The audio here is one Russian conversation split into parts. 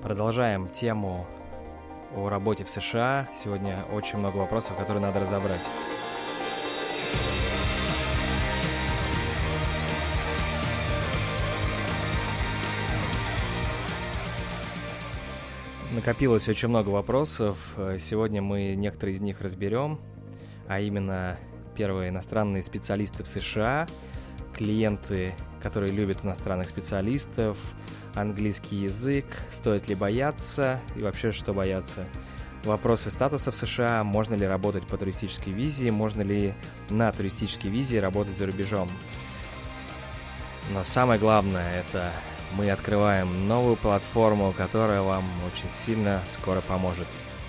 Продолжаем тему о работе в США. Сегодня очень много вопросов, которые надо разобрать. Накопилось очень много вопросов. Сегодня мы некоторые из них разберем. А именно, первые иностранные специалисты в США, клиенты, которые любят иностранных специалистов, английский язык, стоит ли бояться и вообще что бояться. Вопросы статуса в США, можно ли работать по туристической визе, можно ли на туристической визе работать за рубежом. Но самое главное, это мы открываем новую платформу, которая вам очень сильно скоро поможет.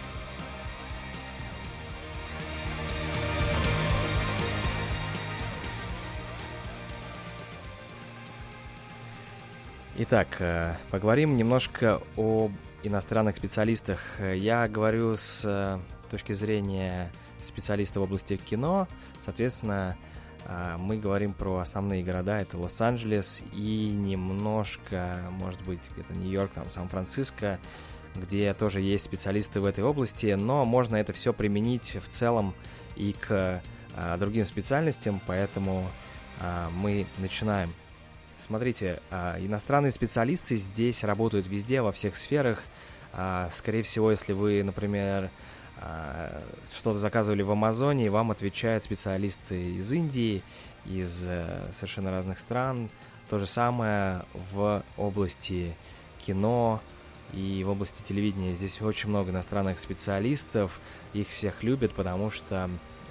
Итак, поговорим немножко об иностранных специалистах. Я говорю с точки зрения специалиста в области кино. Соответственно, мы говорим про основные города. Это Лос-Анджелес и немножко, может быть, где-то Нью-Йорк, там, Сан-Франциско, где тоже есть специалисты в этой области. Но можно это все применить в целом и к другим специальностям. Поэтому мы начинаем. Смотрите, иностранные специалисты здесь работают везде, во всех сферах. Скорее всего, если вы, например, что-то заказывали в Амазоне, вам отвечают специалисты из Индии, из совершенно разных стран. То же самое в области кино и в области телевидения. Здесь очень много иностранных специалистов, их всех любят, потому что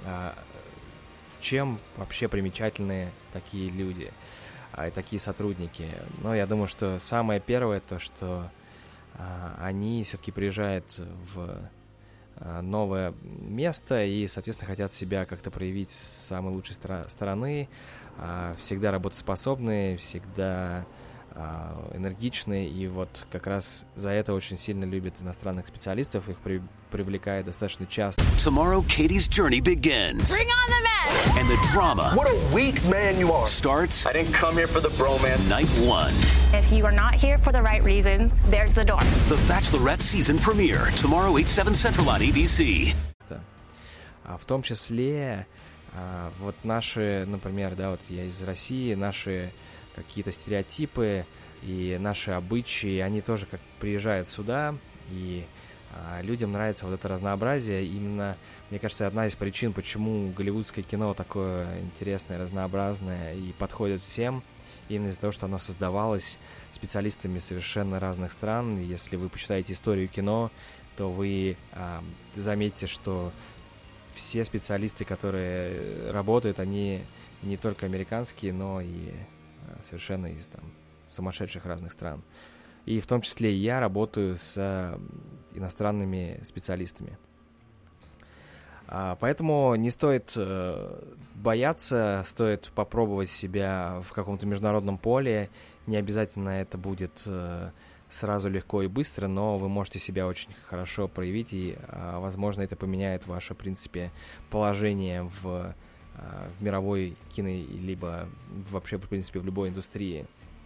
в чем вообще примечательны такие люди? Такие сотрудники. Но я думаю, что самое первое то, что они все-таки приезжают в новое место и, соответственно, хотят себя как-то проявить с самой лучшей стороны, всегда работоспособные, всегда энергичные, и вот как раз за это очень сильно любят иностранных специалистов, их привлекает достаточно часто. Tomorrow, Katie's journey begins. Bring on the mess! And the drama. What a weak man you are. Starts. I didn't come here for the bromance. Night one. If you are not here for the right reasons, there's the door. The Bachelorette season premiere. Tomorrow, 8/7 Central on ABC. В том числе, вот наши, например, да, вот я из России, наши какие-то стереотипы и наши обычаи, они тоже как приезжают сюда, и людям нравится вот это разнообразие. Именно, мне кажется, одна из причин, почему голливудское кино такое интересное, разнообразное и подходит всем, именно из-за того, что оно создавалось специалистами совершенно разных стран. Если вы почитаете историю кино, то вы заметите, что все специалисты, которые работают, они не только американские, но и совершенно из там сумасшедших разных стран. И в том числе я работаю с иностранными специалистами. Поэтому не стоит бояться, стоит попробовать себя в каком-то международном поле. Не обязательно это будет сразу легко и быстро, но вы можете себя очень хорошо проявить, и, возможно, это поменяет ваше, в принципе, положение в мировой кино, либо вообще, в принципе, в любой индустрии.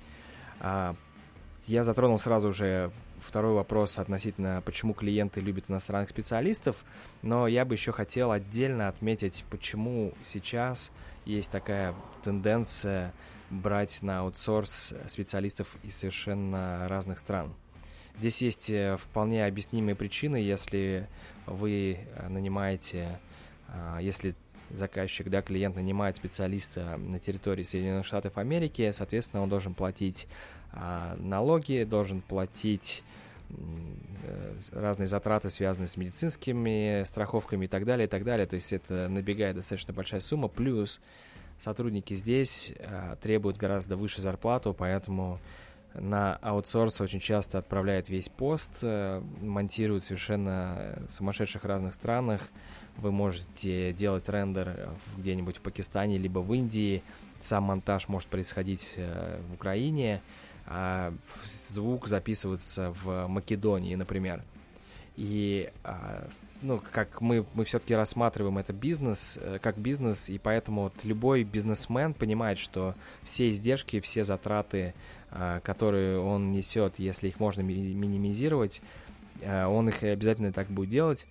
Я затронул сразу же второй вопрос относительно, почему клиенты любят иностранных специалистов, но я бы еще хотел отдельно отметить, почему сейчас есть такая тенденция брать на аутсорс специалистов из совершенно разных стран. Здесь есть вполне объяснимые причины, если вы нанимаете, если заказчик, да, клиент нанимает специалиста на территории Соединенных Штатов Америки, соответственно, он должен платить налоги, должен платить разные затраты, связанные с медицинскими страховками и так далее, и так далее. То есть это набегает достаточно большая сумма, плюс сотрудники здесь требуют гораздо выше зарплату, поэтому на аутсорс очень часто отправляют весь пост, монтируют в совершенно сумасшедших разных странах. Вы можете делать рендер где-нибудь в Пакистане, либо в Индии. Сам монтаж может происходить в Украине, а звук записывается в Македонии, например. И, как мы все-таки рассматриваем это как бизнес, и поэтому вот любой бизнесмен понимает, что все издержки, все затраты, которые он несет, если их можно минимизировать, он их обязательно так будет делать.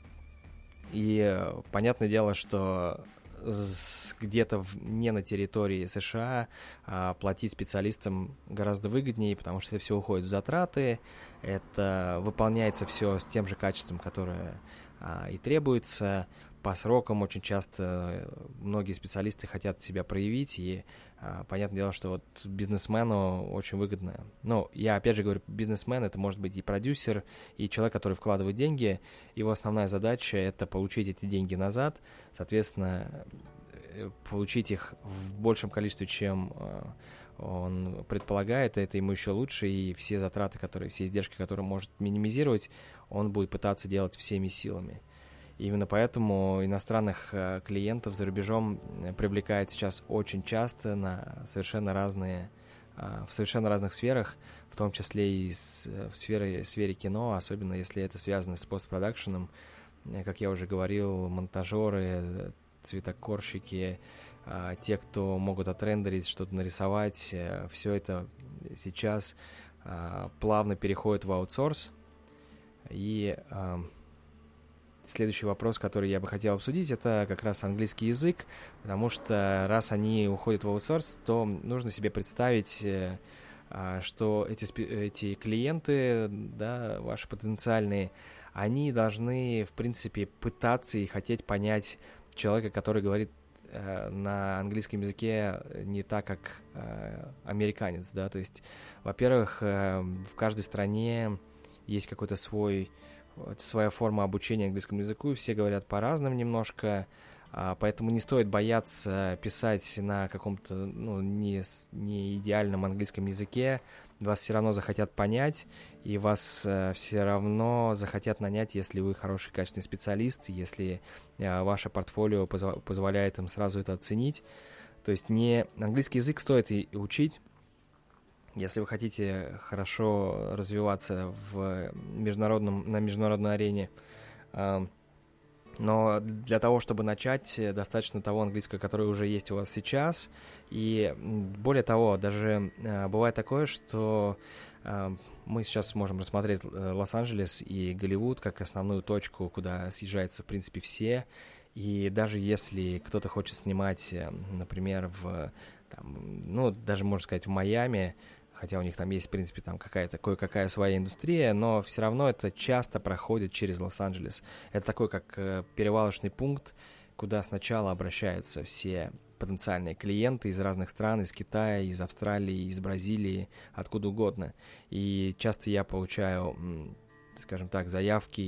И понятное дело, что где-то не на территории США платить специалистам гораздо выгоднее, потому что это все уходит в затраты, это выполняется все с тем же качеством, которое и требуется. По срокам очень часто многие специалисты хотят себя проявить, и понятное дело, что вот бизнесмену очень выгодно. Но я опять же говорю, бизнесмен — это может быть и продюсер, и человек, который вкладывает деньги. Его основная задача — это получить эти деньги назад, соответственно, получить их в большем количестве, чем он предполагает, это ему еще лучше, и все затраты, все издержки, которые он может минимизировать, он будет пытаться делать всеми силами. И именно поэтому иностранных клиентов за рубежом привлекают сейчас очень часто в совершенно разных сферах, в том числе и в сфере кино, особенно если это связано с постпродакшеном. Как я уже говорил, монтажеры, цветокорщики, те, кто могут отрендерить, что-то нарисовать, все это сейчас плавно переходит в аутсорс. И следующий вопрос, который я бы хотел обсудить, это как раз английский язык, потому что раз они уходят в аутсорс, то нужно себе представить, что эти клиенты, да, ваши потенциальные, они должны, в принципе, пытаться и хотеть понять человека, который говорит на английском языке не так, как американец, да, то есть, во-первых, в каждой стране есть какой-то своя форма обучения английскому языку, все говорят по-разному немножко, поэтому не стоит бояться писать на каком-то, не идеальном английском языке, вас все равно захотят понять, и вас все равно захотят нанять, если вы хороший, качественный специалист, если ваше портфолио позволяет им сразу это оценить. То есть английский язык стоит и учить, если вы хотите хорошо развиваться на международной арене. Но для того, чтобы начать, достаточно того английского, который уже есть у вас сейчас. И более того, даже бывает такое, что мы сейчас можем рассмотреть Лос-Анджелес и Голливуд как основную точку, куда съезжаются, в принципе, все. И даже если кто-то хочет снимать, например, даже, можно сказать, в Майами, хотя у них там есть, в принципе, там кое-какая своя индустрия, но все равно это часто проходит через Лос-Анджелес. Это такой, как перевалочный пункт, куда сначала обращаются все потенциальные клиенты из разных стран, из Китая, из Австралии, из Бразилии, откуда угодно. И часто я получаю, скажем так, заявки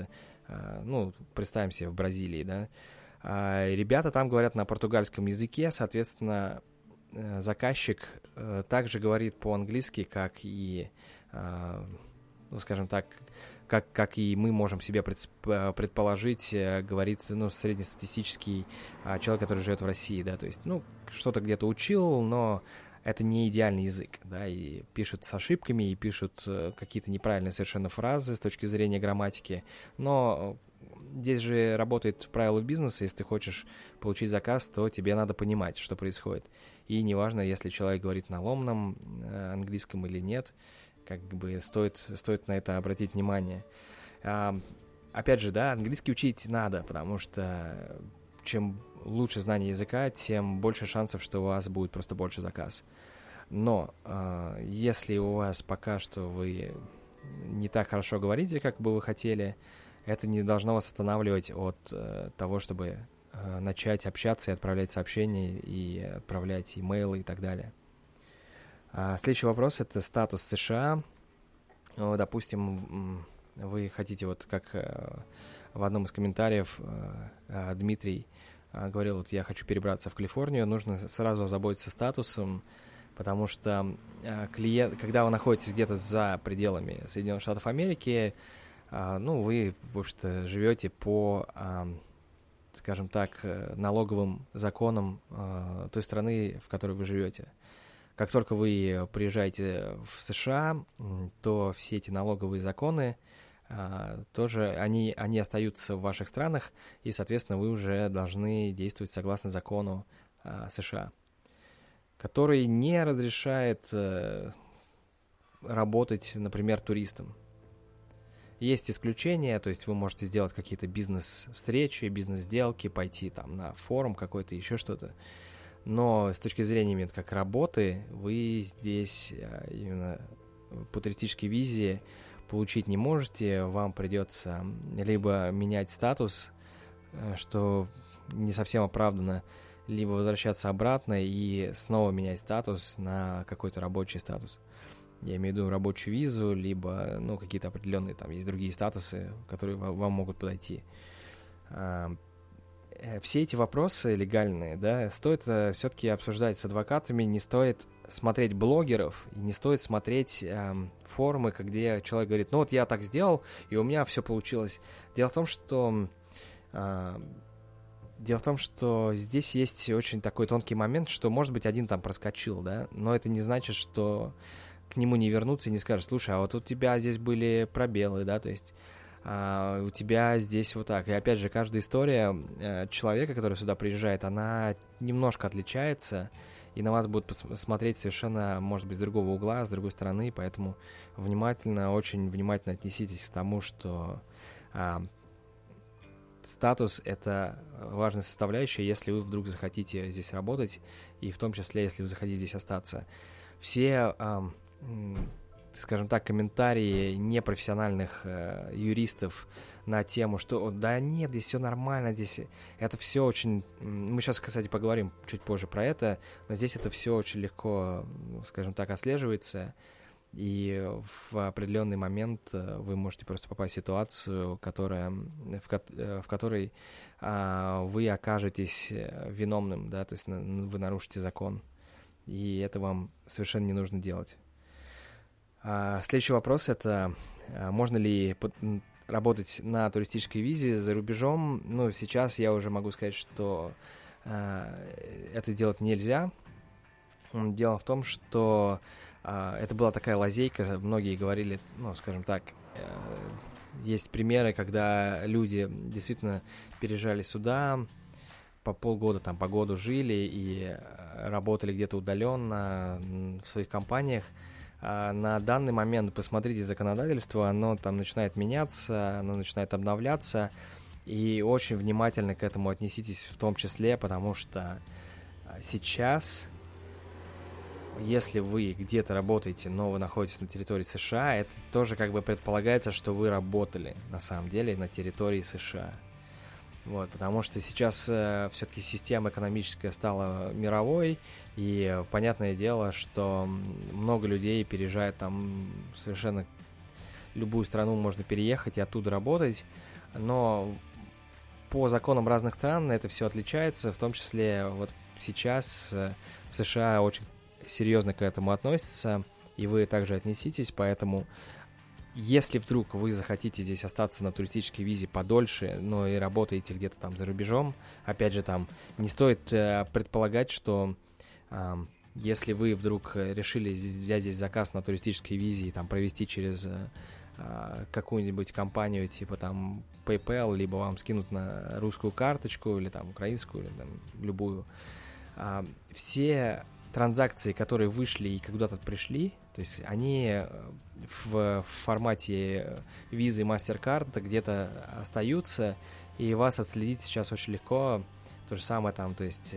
представим себе, в Бразилии, да. Ребята там говорят на португальском языке, соответственно, заказчик также говорит по-английски, как и, скажем так, как и мы можем себе предположить, говорит среднестатистический человек, который живет в России, да, то есть, что-то где-то учил, но это не идеальный язык, да, и пишут с ошибками, и пишут какие-то неправильные совершенно фразы с точки зрения грамматики, но здесь же работает правило бизнеса: если ты хочешь получить заказ, то тебе надо понимать, что происходит. И неважно, если человек говорит на ломаном английском или нет, как бы стоит на это обратить внимание. Опять же, да, английский учить надо, потому что чем лучше знание языка, тем больше шансов, что у вас будет просто больше заказ. Но если у вас пока что вы не так хорошо говорите, как бы вы хотели, это не должно вас останавливать от того, чтобы начать общаться и отправлять сообщения, и отправлять имейлы и так далее. Следующий вопрос — это статус США. Допустим, вы хотите, вот как в одном из комментариев Дмитрий говорил, я хочу перебраться в Калифорнию, нужно сразу озаботиться статусом, потому что когда вы находитесь где-то за пределами Соединенных Штатов Америки, вы, в общем-то, живете по, скажем так, налоговым законам той страны, в которой вы живете. Как только вы приезжаете в США, то все эти налоговые законы тоже они остаются в ваших странах, и, соответственно, вы уже должны действовать согласно закону США, который не разрешает работать, например, туристам. Есть исключения, то есть вы можете сделать какие-то бизнес-встречи, бизнес-сделки, пойти там на форум какой-то, еще что-то. Но с точки зрения именно как работы, вы здесь именно по туристической визе получить не можете. Вам придется либо менять статус, что не совсем оправданно, либо возвращаться обратно и снова менять статус на какой-то рабочий статус. Я имею в виду рабочую визу, либо, ну, какие-то определенные, там, есть другие статусы, которые вам могут подойти. Все эти вопросы легальные, да, стоит все-таки обсуждать с адвокатами, не стоит смотреть блогеров, не стоит смотреть форумы, где человек говорит, ну, вот я так сделал, и у меня все получилось. Дело в том, что здесь есть очень такой тонкий момент, что, может быть, один там проскочил, да, но это не значит, что к нему не вернуться и не скажут, слушай, а вот у тебя здесь были пробелы, да, то есть у тебя здесь вот так. И опять же, каждая история человека, который сюда приезжает, она немножко отличается, и на вас будут смотреть совершенно, может быть, с другого угла, с другой стороны, поэтому очень внимательно отнеситесь к тому, что статус — это важная составляющая, если вы вдруг захотите здесь работать, и в том числе, если вы захотите здесь остаться. Все, скажем так, комментарии непрофессиональных юристов на тему, что да нет, здесь все нормально, здесь это все очень... Мы сейчас, кстати, поговорим чуть позже про это, но здесь это все очень легко, скажем так, отслеживается, и в определенный момент вы можете просто попасть в ситуацию, в которой вы окажетесь виновным, да, то есть вы нарушите закон, и это вам совершенно не нужно делать. Следующий вопрос — это можно ли работать на туристической визе за рубежом. Ну, сейчас я уже могу сказать, что это делать нельзя. Дело в том, что это была такая лазейка, многие говорили, ну, скажем так, есть примеры, когда люди действительно переезжали сюда, по полгода, там, по году жили и работали где-то удаленно в своих компаниях. На данный момент, посмотрите законодательство, оно там начинает меняться, оно начинает обновляться, и очень внимательно к этому отнеситесь в том числе, потому что сейчас, если вы где-то работаете, но вы находитесь на территории США, это тоже как бы предполагается, что вы работали на самом деле на территории США. Вот, потому что сейчас все-таки система экономическая стала мировой, и понятное дело, что много людей переезжает там совершенно любую страну, можно переехать и оттуда работать, но по законам разных стран это все отличается, в том числе вот сейчас в США очень серьезно к этому относятся, и вы также отнеситесь, поэтому если вдруг вы захотите здесь остаться на туристической визе подольше, но и работаете где-то там за рубежом, опять же, там не стоит предполагать, что если вы вдруг решили взять здесь заказ на туристической визе и там провести через какую-нибудь компанию типа там PayPal, либо вам скинут на русскую карточку или там украинскую, или там любую, все транзакции, которые вышли и куда-то пришли, то есть они в формате визы и MasterCard где-то остаются, и вас отследить сейчас очень легко. То же самое там, то есть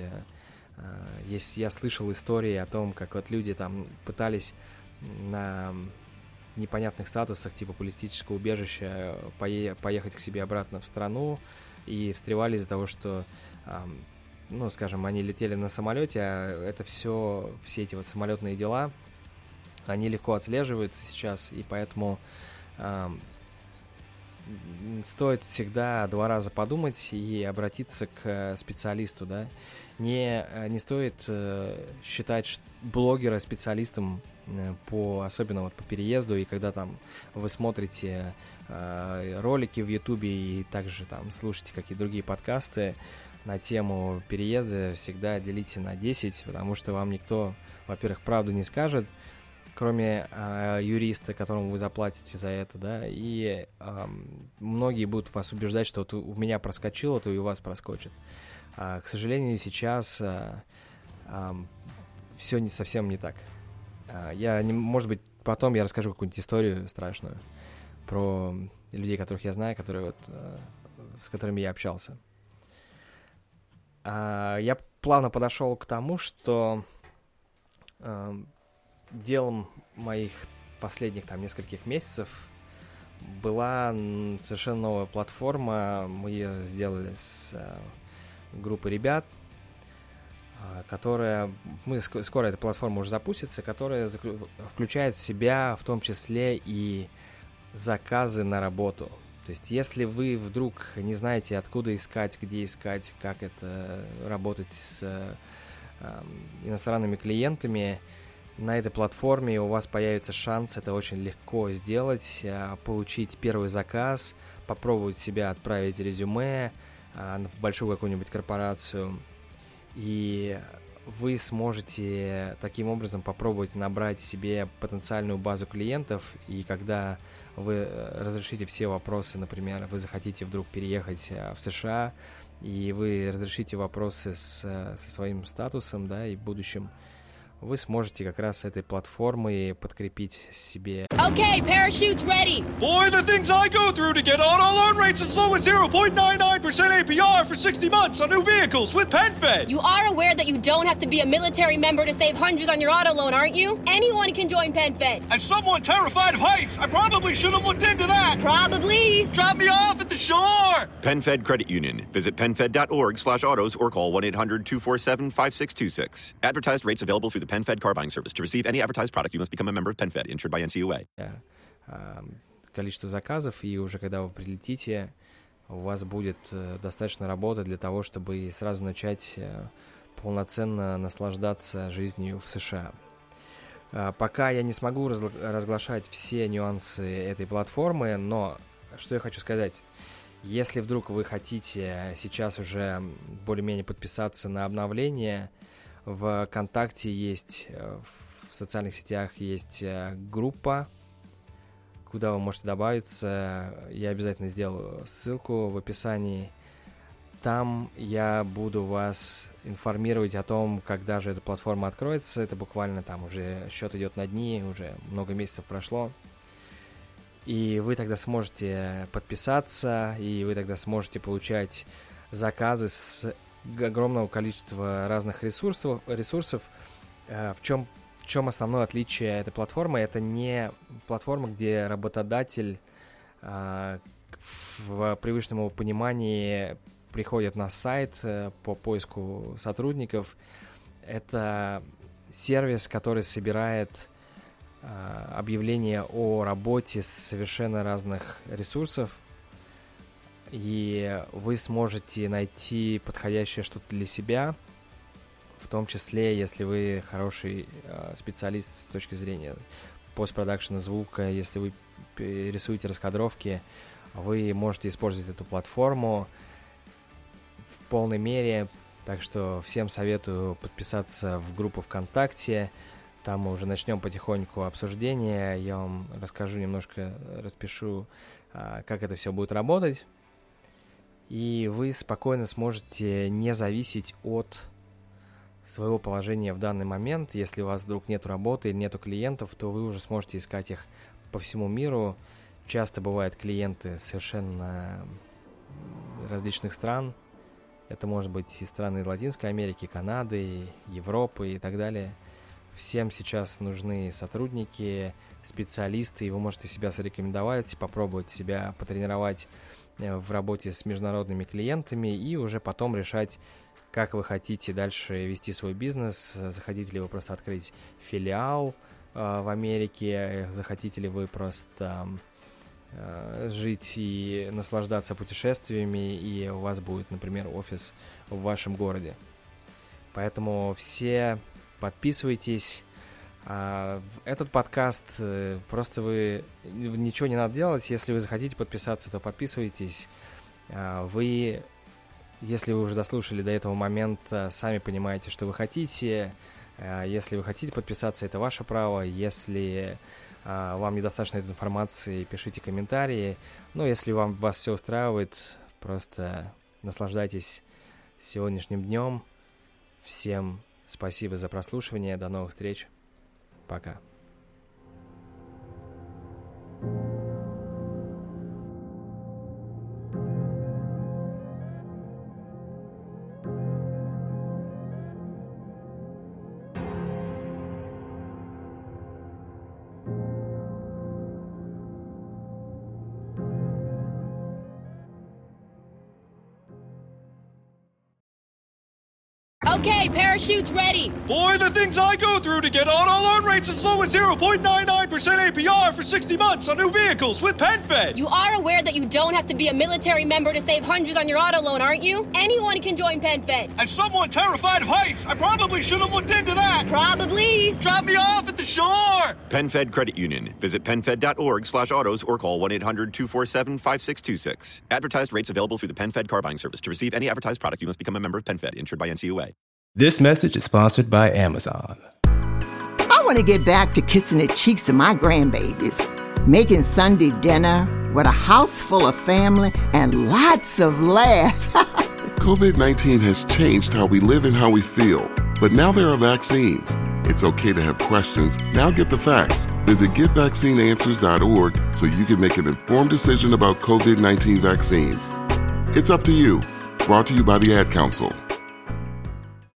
я слышал истории о том, как вот люди там пытались на непонятных статусах типа политического убежища поехать к себе обратно в страну и встревали из-за того, что ну, скажем, они летели на самолете, а это все эти вот самолетные дела, они легко отслеживаются сейчас, и поэтому стоит всегда 2 раза подумать и обратиться к специалисту, да. Не стоит считать блогера специалистом особенно вот по переезду, и когда там вы смотрите ролики в Ютубе и также там слушаете какие-то другие подкасты на тему переезда, всегда делите на 10, потому что вам никто, во-первых, правду не скажет, кроме юриста, которому вы заплатите за это, да, и многие будут вас убеждать, что вот у меня проскочило, то и у вас проскочит. К сожалению, сейчас все совсем не так. Может быть, потом я расскажу какую-нибудь историю страшную про людей, которых я знаю, с которыми я общался. Я плавно подошел к тому, что делом моих последних нескольких месяцев была совершенно новая платформа. Мы ее сделали с группой ребят, скоро эта платформа уже запустится, которая включает в себя в том числе и заказы на работу. То есть, если вы вдруг не знаете, откуда искать, где искать, как это работать с иностранными клиентами, на этой платформе у вас появится шанс это очень легко сделать, получить первый заказ, попробовать себя отправить резюме в большую какую-нибудь корпорацию, и вы сможете таким образом попробовать набрать себе потенциальную базу клиентов, и когда вы разрешите все вопросы, например, вы захотите вдруг переехать в США, и вы разрешите вопросы со своим статусом, да, и в будущем, вы сможете как раз этой платформой подкрепить себе. Okay, parachutes ready. Boy, the things I go through to get auto loan rates as low as 0.99% APR for 60 months on new vehicles with PenFed. You are aware that you don't have to be a military member to save hundreds on your auto loan, aren't you? Anyone can join PenFed. As someone terrified of heights, I probably should have looked into that. Probably. Drop me off at the shore. PenFed Credit Union. Visit PenFed.org/autos or call 1-800-247-5626. Advertised rates available through the PenFed car buying service. To receive any advertised product, you must become a member of PenFed, insured by NCUA. Количество заказов, и уже когда вы прилетите, у вас будет достаточно работы для того, чтобы сразу начать полноценно наслаждаться жизнью в США. Пока я не смогу разглашать все нюансы этой платформы, но что я хочу сказать. Если вдруг вы хотите сейчас уже более-менее подписаться на обновление, в ВКонтакте есть, в социальных сетях есть группа, куда вы можете добавиться. Я обязательно сделаю ссылку в описании. Там я буду вас информировать о том, когда же эта платформа откроется. Это буквально там уже счет идет на дни, уже много месяцев прошло. И вы тогда сможете подписаться, и вы тогда сможете получать заказы с огромного количества разных ресурсов. В чем основное отличие этой платформы? Это не платформа, где работодатель в привычном его понимании приходит на сайт по поиску сотрудников. Это сервис, который собирает объявления о работе с совершенно разных ресурсов, и вы сможете найти подходящее что-то для себя, в том числе, если вы хороший специалист с точки зрения постпродакшена звука, если вы рисуете раскадровки, вы можете использовать эту платформу в полной мере. Так что всем советую подписаться в группу ВКонтакте. Там мы уже начнем потихоньку обсуждение. Я вам расскажу немножко, распишу, как это все будет работать. И вы спокойно сможете не зависеть от своего положения в данный момент. Если у вас вдруг нет работы или нету клиентов, то вы уже сможете искать их по всему миру. Часто бывают клиенты совершенно различных стран. Это может быть и страны Латинской Америки, Канады, Европы и так далее. Всем сейчас нужны сотрудники, специалисты, и вы можете себя зарекомендовать, попробовать себя потренировать в работе с международными клиентами и уже потом решать, как вы хотите дальше вести свой бизнес. Захотите ли вы просто открыть филиал в Америке, захотите ли вы просто жить и наслаждаться путешествиями, и у вас будет, например, офис в вашем городе. Поэтому все подписывайтесь. Этот подкаст, просто вы ничего не надо делать. Если вы захотите подписаться, то подписывайтесь. Вы, если вы уже дослушали до этого момента, сами понимаете, что вы хотите. Если вы хотите подписаться, это ваше право. Если вам недостаточно этой информации, пишите комментарии. Ну, если вас все устраивает, просто наслаждайтесь сегодняшним днем. Всем спасибо за прослушивание. До новых встреч. Пока. Okay, parachutes ready. Boy, the things I go through to get auto loan rates as low as 0.99% APR for 60 months on new vehicles with PenFed. You are aware that you don't have to be a military member to save hundreds on your auto loan, aren't you? Anyone can join PenFed. As someone terrified of heights, I probably should have looked into that. Probably. Drop me off at the shore. PenFed Credit Union. Visit PenFed.org/autos or call 1-800-247-5626. Advertised rates available through the PenFed car buying service. To receive any advertised product, you must become a member of PenFed, insured by NCUA. This message is sponsored by Amazon. I want to get back to kissing the cheeks of my grandbabies, making Sunday dinner with a house full of family and lots of laughs. COVID-19 has changed how we live and how we feel, but now there are vaccines. It's okay to have questions. Now get the facts. Visit getvaccineanswers.org so you can make an informed decision about COVID-19 vaccines. It's up to you. Brought to you by the Ad Council.